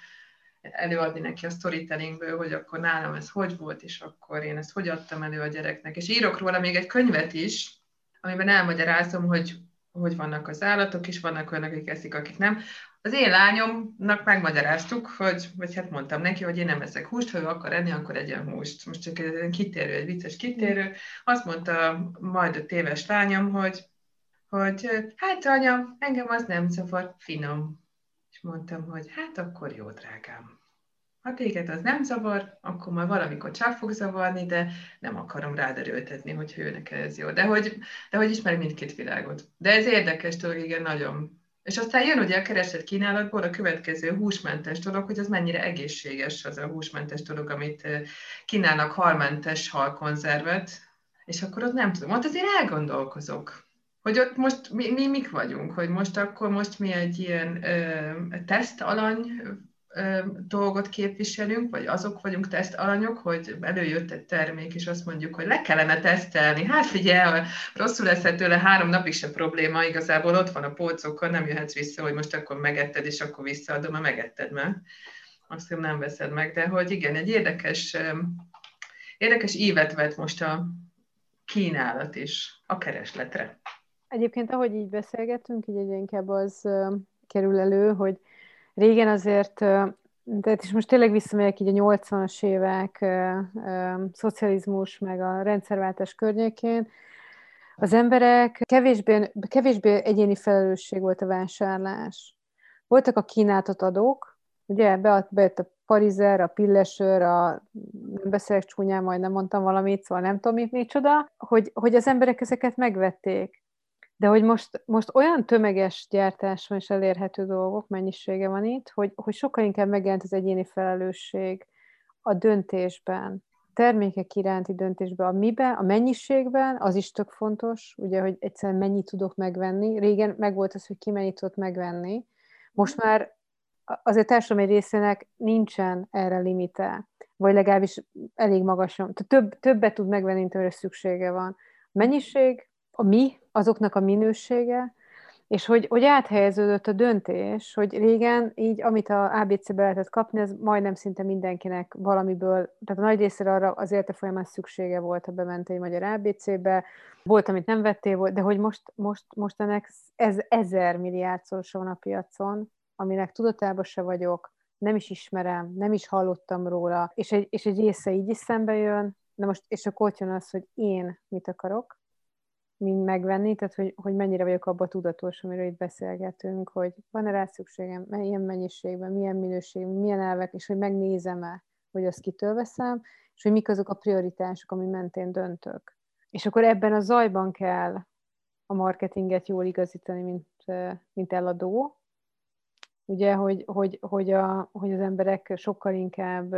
előadni neki a storytellingből, hogy akkor nálam ez hogy volt, és akkor én ezt hogy adtam elő a gyereknek. És írok róla még egy könyvet is, amiben elmagyarázom, hogy hogy vannak az állatok, és vannak olyanok, akik eszik, akik nem. Az én lányomnak megmagyaráztuk, hogy, vagy hát mondtam neki, hogy én nem eszek húst, ha ő akar enni, akkor egyen húst. Most csak egy kitérő, egy vicces kitérő. Azt mondta majd a téves lányom, hogy, hogy hát anya, engem az nem zavar, finom. És mondtam, hogy hát akkor jó, drágám. Ha téged az nem zavar, akkor majd valamikor csak fog zavarni, de nem akarom rád erőltetni, hogy ő neked ez jó. De hogy, de hogy ismer mindkét világot. De ez érdekes dolog, igen, nagyon. És aztán jön ugye a kereslet kínálatból a következő húsmentes dolog, hogy az mennyire egészséges az a húsmentes dolog, amit kínálnak halmentes halkonzervet, és akkor ott nem tudom, ott azért elgondolkozok, hogy ott most mi, mi mik vagyunk, hogy most akkor most mi egy ilyen ö, tesztalany dolgot képviselünk, vagy azok vagyunk tesztalanyok, hogy előjött egy termék, és azt mondjuk, hogy le kellene tesztelni. Hát figyelj, rosszul lesz tőle, három napig sem probléma, igazából ott van a polcokon, nem jöhetsz vissza, hogy most akkor megetted, és akkor visszaadom, mert megetted már. Azt nem veszed meg, de hogy igen, egy érdekes, érdekes ívet vett most a kínálat is a keresletre. Egyébként, ahogy így beszélgetünk, így egyre inkább az kerül elő, hogy régen azért, tehát és most tényleg visszamegyek így a nyolcvanas évek, szocializmus, meg a rendszerváltás környékén, az emberek kevésbé, kevésbé egyéni felelősség volt a vásárlás. Voltak a kínáltat adók, ugye bejött a parizer, a pillesőr, a nem beszélek csúnyán, majd nem mondtam valamit, szóval nem tudom mit, micsoda, hogy, hogy az emberek ezeket megvették. De hogy most, most olyan tömeges gyártás van és elérhető dolgok, mennyisége van itt, hogy, hogy sokkal inkább megjelent az egyéni felelősség a döntésben, termékek iránti döntésben, a miben, a mennyiségben, az is tök fontos, ugye, hogy egyszerűen mennyit tudok megvenni. Régen megvolt az, hogy ki mennyit tudott megvenni. Most már azért társadalom egy részének nincsen erre limite, vagy legalábbis elég magasan. Több, többet tud megvenni, mint amire szüksége van. A mennyiség, a mi, azoknak a minősége, és hogy, hogy áthelyeződött a döntés, hogy régen így, amit a á bé cé-be lehetett kapni, ez majdnem szinte mindenkinek valamiből, tehát a nagy részére arra az élete folyamán szüksége volt, ha bement egy magyar á bé cé-be, volt, amit nem vettél, de hogy most, most, most ennek ez ezer milliárdszorosa van a piacon, aminek tudatában se vagyok, nem is ismerem, nem is hallottam róla, és egy, és egy része így is szembe jön, de most, és akkor ott jön az, hogy én mit akarok, mind megvenni, tehát hogy, hogy mennyire vagyok abban tudatos, amiről itt beszélgetünk, hogy van-e rá szükségem, milyen mennyiségben, milyen minőségben, milyen elvek, és hogy megnézem-e, hogy azt kitől veszem, és hogy mik azok a prioritások, ami mentén döntök. És akkor ebben a zajban kell a marketinget jól igazítani, mint, mint eladó. Ugye, hogy, hogy, hogy, a, hogy az emberek sokkal inkább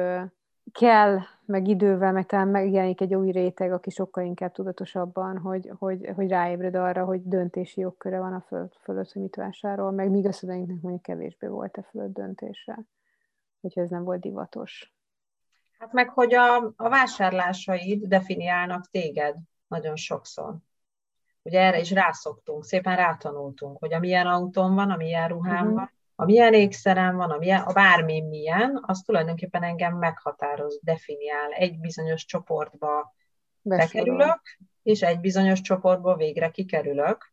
kell, meg idővel, meg talán megjelenik egy új réteg, aki sokkal inkább tudatosabban, hogy, hogy, hogy ráébred arra, hogy döntési jogköre van a föld fölött, hogy mit vásárol, meg míg a szüleinknek mondjuk kevésbé volt a fölött döntése, hogyha ez nem volt divatos. Hát meg, hogy a, a vásárlásaid definiálnak téged nagyon sokszor. Ugye erre is rászoktunk, szépen rátanultunk, hogy a milyen autón van, a milyen ruhám uh-huh. van, a milyen ékszeren van, a, milyen, a bármi milyen, az tulajdonképpen engem meghatároz, definiál. Egy bizonyos csoportba bekerülök, és egy bizonyos csoportból végre kikerülök.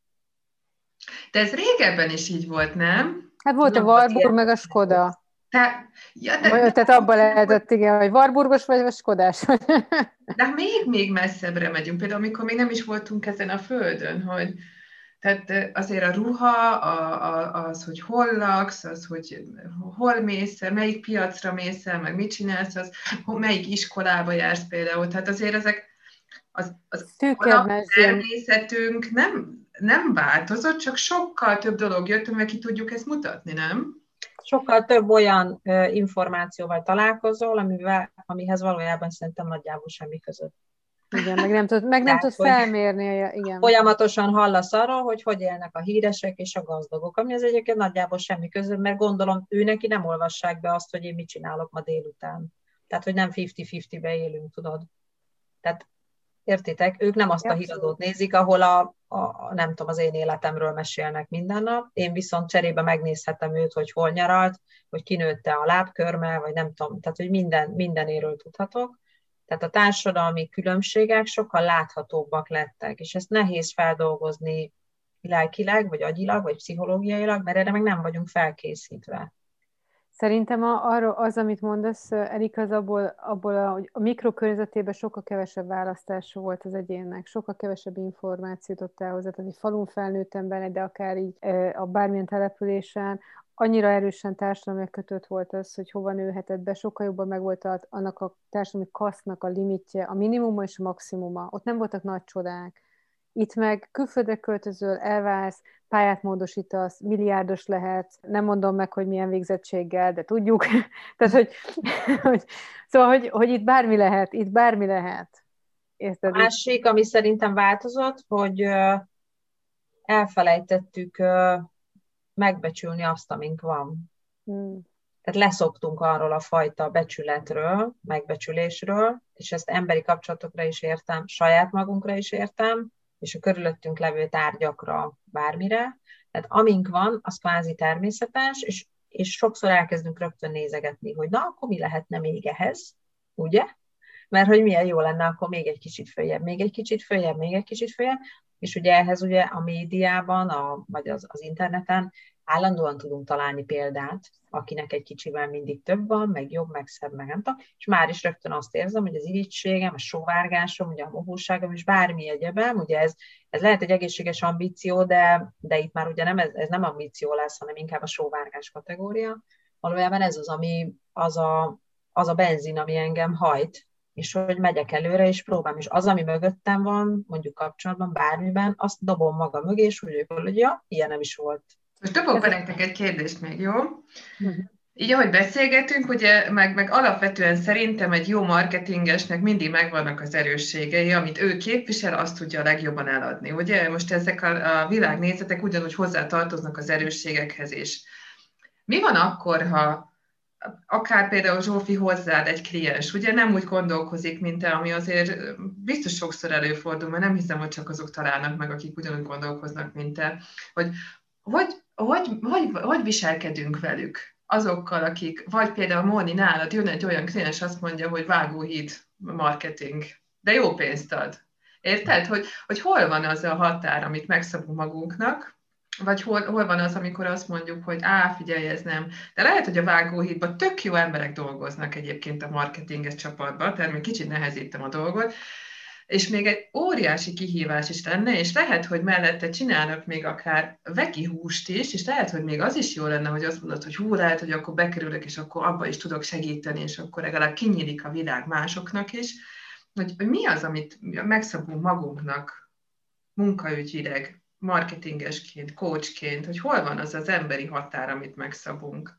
De ez régebben is így volt, nem? Hát volt nem a Warburg, meg a Skoda. Te, ja, de, vagy, tehát abban lehetett, igen, hogy Warburgos vagy, vagy Skodás. De még, még messzebbre megyünk. Például, amikor még nem is voltunk ezen a földön, hogy tehát azért a ruha, a, a, az, hogy hol laksz, az, hogy hol mész el, melyik piacra mész el, meg mit csinálsz, az, melyik iskolába jársz például. Tehát azért ezek az, az alaptermészetünk nem, nem változott, csak sokkal több dolog jött, amivel ki tudjuk ezt mutatni, nem? Sokkal több olyan uh, információval találkozol, amivel, amihez valójában szerintem nagyjából semmi között. Igen, meg nem tud, meg nem tud felmérni. Igen. Folyamatosan hallasz arról, hogy hogy élnek a híresek és a gazdagok, ami az egyébként nagyjából semmi között, mert gondolom ő neki nem olvassák be azt, hogy én mit csinálok ma délután. Tehát, hogy nem fifty-fifty-be élünk, tudod. Tehát értitek? Ők nem azt a híradót nézik, ahol a, a, nem tudom, az én életemről mesélnek minden nap. Én viszont cserébe megnézhetem őt, hogy hol nyaralt, hogy kinőtte a lábkörme, vagy nem tudom, tehát, hogy minden, mindenéről tudhatok. Tehát a társadalmi különbségek sokkal láthatóbbak lettek, és ezt nehéz feldolgozni lelkileg, vagy agyilag, vagy pszichológiailag, mert erre meg nem vagyunk felkészítve. Szerintem a, arra, az, amit mondasz, Erika, az abból, abból a, hogy a mikrokörnyezetében sokkal kevesebb választása volt az egyénnek, sokkal kevesebb információt ott el hozzá. Tehát egy falun felnőttem benne, de akár így a bármilyen településen, annyira erősen társadalmi kötött volt az, hogy hova nőhetett be, sokkal jobban megvolt annak a társadalmi kasznak a limitje, a minimuma és a maximuma. Ott nem voltak nagy csodák. Itt meg külföldre költözöl, elválsz, pályát módosítasz, milliárdos lehet, nem mondom meg, hogy milyen végzettséggel, de tudjuk. Tehát, hogy, hogy, szóval, hogy, hogy itt bármi lehet, itt bármi lehet. Érted? A másik, ami szerintem változott, hogy elfelejtettük megbecsülni azt, amink van. Hmm. Tehát leszoktunk arról a fajta becsületről, megbecsülésről, és ezt emberi kapcsolatokra is értem, saját magunkra is értem, és a körülöttünk levő tárgyakra, bármire. Tehát amink van, az kvázi természetes, és, és sokszor elkezdünk rögtön nézegetni, hogy na, akkor mi lehetne még ehhez, ugye? Mert hogy milyen jó lenne, akkor még egy kicsit följebb, még egy kicsit följebb, még egy kicsit följebb, és ugye ehhez ugye a médiában, a, vagy az, az interneten állandóan tudunk találni példát, akinek egy kicsivel mindig több van, meg jobb, meg szebb, meg nem tudom, és már is rögtön azt érzem, hogy az irigységem, a sóvárgásom, ugye a mohóságom, és bármi egyebem, ugye ez, ez lehet egy egészséges ambíció, de, de itt már ugye nem, ez, ez nem ambíció lesz, hanem inkább a sóvárgás kategória. Valójában ez az, ami, az, a, az a benzin, ami engem hajt, és hogy megyek előre, és próbálom, és az, ami mögöttem van, mondjuk kapcsolatban, bármiben, azt dobom maga mögé, és úgy vagyok, hogy ja, ilyen nem is volt. Most dobok be nektek egy kérdést még, jó? Uh-huh. Így, ahogy beszélgetünk, ugye, meg, meg alapvetően szerintem egy jó marketingesnek mindig megvannak az erősségei, amit ő képvisel, azt tudja a legjobban eladni, ugye? Most ezek a, a világnézetek ugyanúgy hozzá tartoznak az erősségekhez is. Mi van akkor, ha akár például Zsófi hozzád egy kliens, ugye nem úgy gondolkozik, mint te, ami azért biztos sokszor előfordul, mert nem hiszem, hogy csak azok találnak meg, akik ugyanúgy gondolkoznak, mint te, hogy hogy, hogy, hogy, hogy viselkedünk velük, azokkal, akik, vagy például Móni, nálad jön egy olyan kliens, azt mondja, hogy vágóhíd marketing, de jó pénzt ad. Érted? Hogy, hogy hol van az a határ, amit megszabunk magunknak, vagy hol, hol van az, amikor azt mondjuk, hogy á, figyelj, ez nem. De lehet, hogy a vágóhídban tök jó emberek dolgoznak egyébként a marketinges csapatban, tehát még kicsit nehezítem a dolgot, és még egy óriási kihívás is lenne, és lehet, hogy mellette csinálnak még akár vegi húst is, és lehet, hogy még az is jó lenne, hogy azt mondod, hogy hú, lehet, hogy akkor bekerülök, és akkor abba is tudok segíteni, és akkor legalább kinyílik a világ másoknak is, hogy, hogy mi az, amit megszabunk magunknak munkaügyileg, marketingesként, coachként, hogy hol van az az emberi határ, amit megszabunk.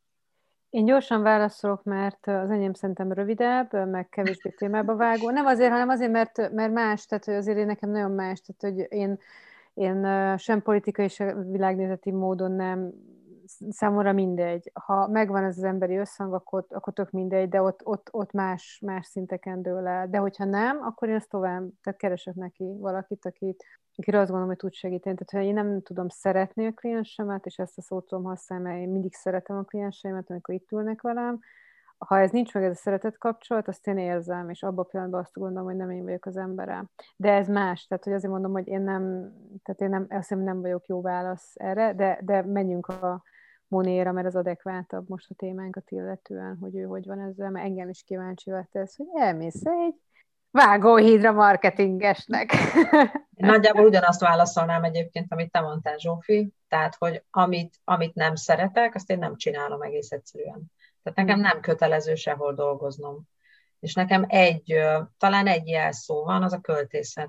Én gyorsan válaszolok, mert az enyém szerintem rövidebb, meg kevésbé témába vágó. Nem azért, hanem azért, mert, mert más, tehát azért én nekem nagyon más, tehát hogy én, én sem politikai, sem világnézeti módon nem számomra mindegy. Ha megvan ez az emberi összhang, akkor, akkor tök mindegy, de ott, ott, ott más, más szinteken dől el. De hogyha nem, akkor én ezt tovább, tehát keresek neki valakit, akit, akire azt gondolom, hogy tud segíteni. Tehát, ha én nem tudom szeretni a kliensemet, és ezt a szót tudom használni, mert én mindig szeretem a klienseimet, amikor itt ülnek velem, ha ez nincs meg ez a szeretet kapcsolat, azt én érzem, és abban a pillanatban azt gondolom, hogy nem én vagyok az emberem. De ez más, tehát hogy azért mondom, hogy én nem, tehát én nem, azt hiszem, nem vagyok jó válasz erre, de, de menjünk a Monéra, mert az adekvátabb most a témánkat illetően, hogy ő hogy van ezzel, mert engem is kíváncsival tesz, hogy elmész egy vágóhídra marketingesnek. Nagyjából ugyanazt válaszolnám egyébként, amit te mondtál, Zsófi, tehát, hogy amit, amit nem szeretek, azt én nem csinálom egész egyszerűen. Tehát nekem nem kötelező sehol dolgoznom. És nekem egy, talán egy jelszó van, az a költészet.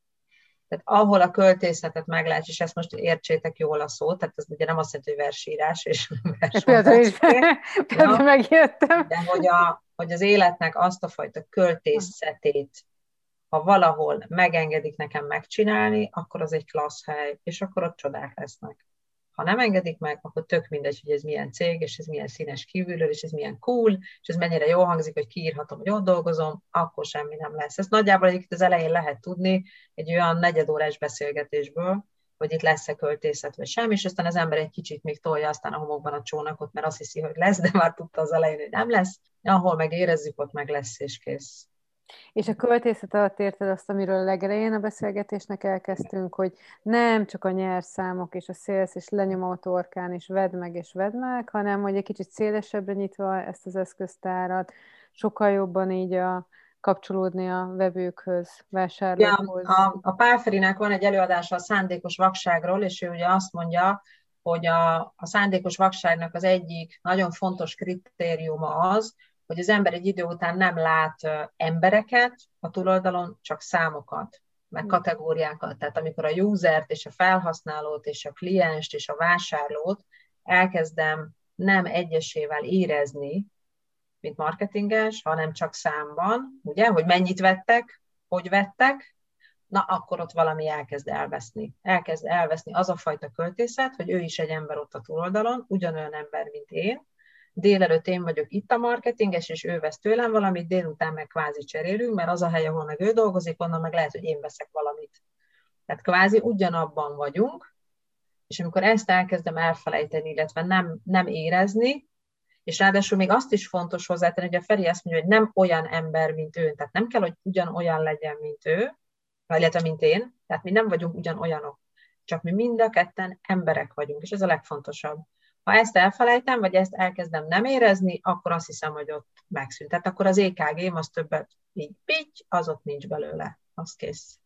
Tehát ahol a költészetet meglátsz, és ezt most értsétek jól a szót, tehát ez ugye nem azt jelenti, hogy versírás és versmondás. Például megjöttem. De hogy, a, hogy az életnek azt a fajta költészetét, ha valahol megengedik nekem megcsinálni, akkor az egy klassz hely, és akkor ott csodák lesznek. Ha nem engedik meg, akkor tök mindegy, hogy ez milyen cég, és ez milyen színes kívülről, és ez milyen cool, és ez mennyire jól hangzik, hogy kiírhatom, hogy ott dolgozom, akkor semmi nem lesz. Ezt nagyjából egyébként az elején lehet tudni egy olyan negyedórás beszélgetésből, hogy itt lesz-e költészet, vagy sem, és aztán az ember egy kicsit még tolja aztán a homokban a csónakot, mert azt hiszi, hogy lesz, de már tudta az elején, hogy nem lesz. Ahol meg érezzük, ott meg lesz, és kész. És a költészet alatt érted azt, amiről a legelején a beszélgetésnek elkezdtünk, hogy nem csak a nyerszámok és a sales és lenyom a torkán és vedd meg és vedd meg, hanem hogy egy kicsit szélesebbre nyitva ezt az eszköztárat, sokkal jobban így a, kapcsolódni a vevőkhöz, vásárlókhoz. Ja, a, a Pál Ferinek van egy előadása a szándékos vakságról, és ő ugye azt mondja, hogy a, a szándékos vakságnak az egyik nagyon fontos kritériuma az, hogy az ember egy idő után nem lát embereket a túloldalon, csak számokat, meg kategóriákat. Tehát amikor a usert és a felhasználót és a klienst és a vásárlót elkezdem nem egyesével érezni, mint marketinges, hanem csak számban, ugye, hogy mennyit vettek, hogy vettek, na akkor ott valami elkezd elveszni. Elkezd elveszni az a fajta költészet, hogy ő is egy ember ott a túloldalon, ugyanolyan ember, mint én. Délelőtt én vagyok itt a marketinges, és ő vesz tőlem valamit, délután meg kvázi cserélünk, mert az a hely, ahol meg ő dolgozik, onnan meg lehet, hogy én veszek valamit. Tehát kvázi ugyanabban vagyunk, és amikor ezt elkezdem elfelejteni, illetve nem, nem érezni, és ráadásul még azt is fontos hozzátenni, hogy a Feri azt mondja, hogy nem olyan ember, mint ő, tehát nem kell, hogy ugyanolyan legyen, mint ő, illetve mint én, tehát mi nem vagyunk ugyanolyanok, csak mi mind a ketten emberek vagyunk, és ez a legfontosabb. Ha ezt elfelejtem, vagy ezt elkezdem nem érezni, akkor azt hiszem, hogy ott megszűnt. Tehát akkor az é ká gém az többet így pitty, az ott nincs belőle, az kész.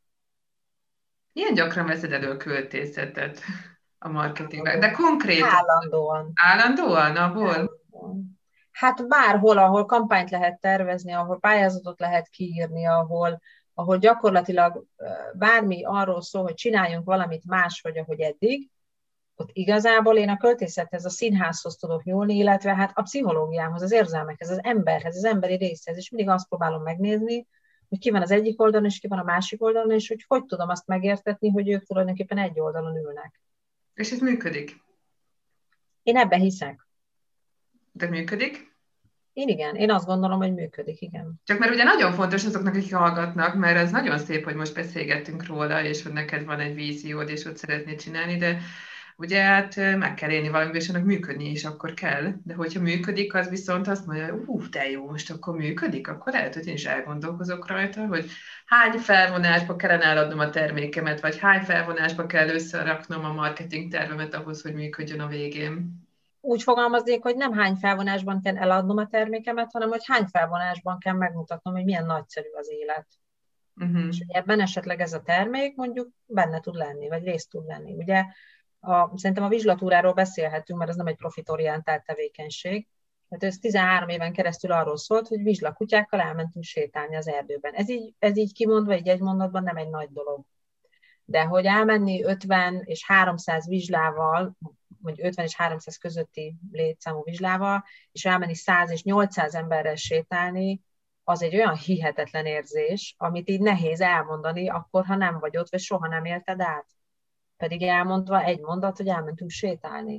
Milyen gyakran veszed elő a költészetet a marketingben? De konkrétan? Állandóan. Állandóan? Abból? Hát bárhol, ahol kampányt lehet tervezni, ahol pályázatot lehet kiírni, ahol, ahol gyakorlatilag bármi arról szól, hogy csináljunk valamit máshogy, ahogy eddig, ott igazából én a költészethez, a színházhoz tudok nyúlni, illetve hát a pszichológiához, az érzelmekhez, az emberhez, az emberi részhez, és mindig azt próbálom megnézni, hogy ki van az egyik oldalon, és ki van a másik oldalon, és hogy hogy tudom azt megértetni, hogy ők tulajdonképpen egy oldalon ülnek. És ez működik? Én ebben hiszek. De működik? Én igen, én azt gondolom, hogy működik, igen. Csak mert ugye nagyon fontos azoknak, akik hallgatnak, mert ez nagyon szép, hogy most beszélgettünk róla, és hogy neked van egy víziód, és ott szeretnéd csinálni, de ugye hát meg kell élni valamivel, és annak működni is akkor kell. De hogyha működik, az viszont azt mondja, hogy ú, de jó, most akkor működik, akkor lehet, hogy én is elgondolkozok rajta, hogy hány felvonásba kellene eladnom a termékemet, vagy hány felvonásba kell összeraknom a marketing tervemet ahhoz, hogy működjön a végén. Úgy fogalmaznék, hogy nem hány felvonásban kell eladnom a termékemet, hanem hogy hány felvonásban kell megmutatnom, hogy milyen nagyszerű az élet. Uh-huh. És hogy ebben esetleg ez a termék mondjuk benne tud lenni, vagy részt tud lenni. Ugye a, szerintem a vizslatúráról beszélhetünk, mert ez nem egy profitorientált tevékenység. Tehát ez tizenhárom éven keresztül arról szólt, hogy vizslakutyákkal elmentünk sétálni az erdőben. Ez így, ez így kimondva, így egy mondatban nem egy nagy dolog. De hogy elmenni ötven és háromszáz vizslával, vagy ötven és háromszáz közötti létszámú vizslával, és elmenni száz és nyolcszáz emberrel sétálni, az egy olyan hihetetlen érzés, amit így nehéz elmondani, akkor, ha nem vagy ott, vagy soha nem élted át. Pedig elmondva egy mondat, hogy elmentünk sétálni.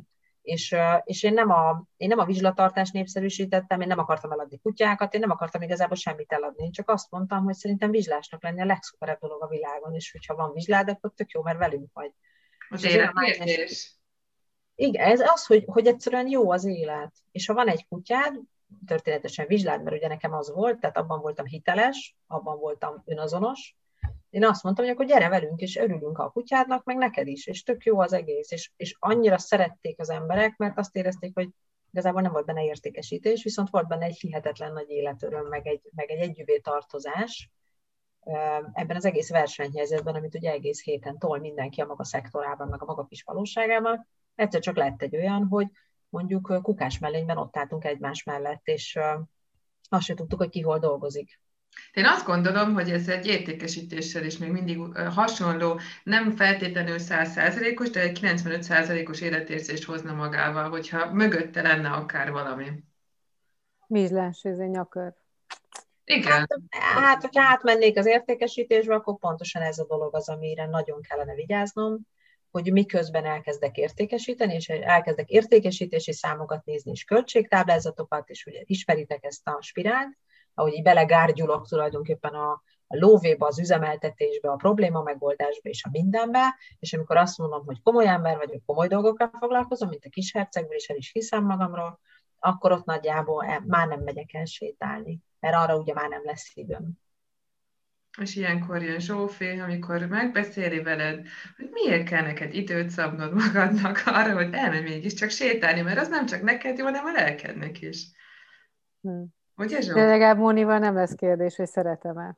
És, és én, nem a, én nem a vizslatartást népszerűsítettem, én nem akartam eladni kutyákat, én nem akartam igazából semmit eladni. Én csak azt mondtam, hogy szerintem vizslásnak lenni a legszuperebb dolog a világon, és hogyha van vizslád, akkor tök jó, mert velünk vagy. Az életérzés. Igen, ez az, hogy, hogy egyszerűen jó az élet. És ha van egy kutyád, történetesen vizslád, mert ugye nekem az volt, tehát abban voltam hiteles, abban voltam önazonos, én azt mondtam, hogy akkor gyere velünk, és örülünk a kutyádnak, meg neked is, és tök jó az egész, és, és annyira szerették az emberek, mert azt érezték, hogy igazából nem volt benne értékesítés, viszont volt benne egy hihetetlen nagy életöröm, meg egy, meg egy együvé tartozás ebben az egész versenyhelyzetben, amit ugye egész héten tol mindenki a maga szektorában, meg a maga kis valóságában. Egyszer csak lett egy olyan, hogy mondjuk kukás mellényben ott álltunk egymás mellett, és azt sem tudtuk, hogy ki hol dolgozik. Én azt gondolom, hogy ez egy értékesítéssel is még mindig hasonló, nem feltétlenül száz százalékos, de egy kilencvenöt százalékos életérzést hozna magával, hogyha mögötte lenne akár valami. Vizslás, ez egy nyakör. Igen. Hát, hát, hogyha átmennék az értékesítésbe, akkor pontosan ez a dolog az, amire nagyon kellene vigyáznom, hogy miközben elkezdek értékesíteni, és elkezdek értékesítési számokat nézni, és költségtáblázatokat, és ugye ismeritek ezt a spirált, ahogy így belegárgyulok tulajdonképpen a, a lóvéba, az üzemeltetésbe, a probléma megoldásba és a mindenbe, és amikor azt mondom, hogy komoly ember vagyok, komoly dolgokkal foglalkozom, mint a kishercegből, és el is hiszem magamról, akkor ott nagyjából már nem megyek el sétálni, mert arra ugye már nem lesz időm. És ilyenkor jön Zsófi, amikor megbeszéli veled, hogy miért kell neked időt szabnod magadnak arra, hogy elmenj mégiscsak sétálni, mert az nem csak neked jó, hanem a lelkednek is. Hmm. Ugye, Zsófi? De legalább Mónival nem lesz kérdés, hogy szeretem-e.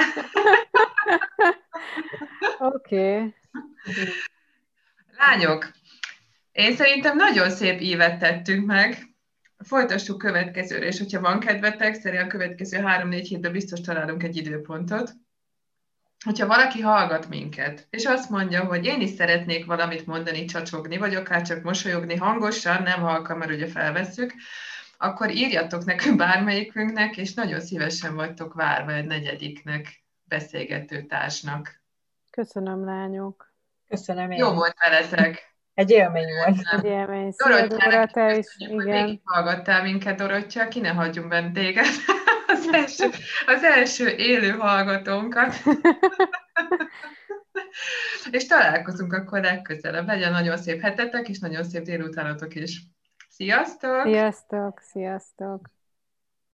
Oké. Okay. Lányok, én szerintem nagyon szép ívet tettünk meg. Folytassuk következőre, és hogyha van kedvetek, szerintem a következő három-négy hétben biztos találunk egy időpontot. Hogyha valaki hallgat minket, és azt mondja, hogy én is szeretnék valamit mondani, csacsogni, vagy akár csak mosolyogni hangosan, nem halkan, mert ugye felvesszük, akkor írjatok nekünk bármelyikünknek, és nagyon szívesen vagytok várva egy negyediknek, beszélgető társnak. Köszönöm, lányok. Köszönöm én. Jó volt veletek. Egy élmény volt. Egy élmény. Szia, Dora, te is. Igen. Hallgattál minket, Dorottya, ki ne hagyjunk bent téged. Az első, az első élő hallgatónkat. És találkozunk akkor legközelebb. Legyen nagyon szép hetetek, és nagyon szép délutánatok is. Sziasztok! Sziasztok, sziasztok!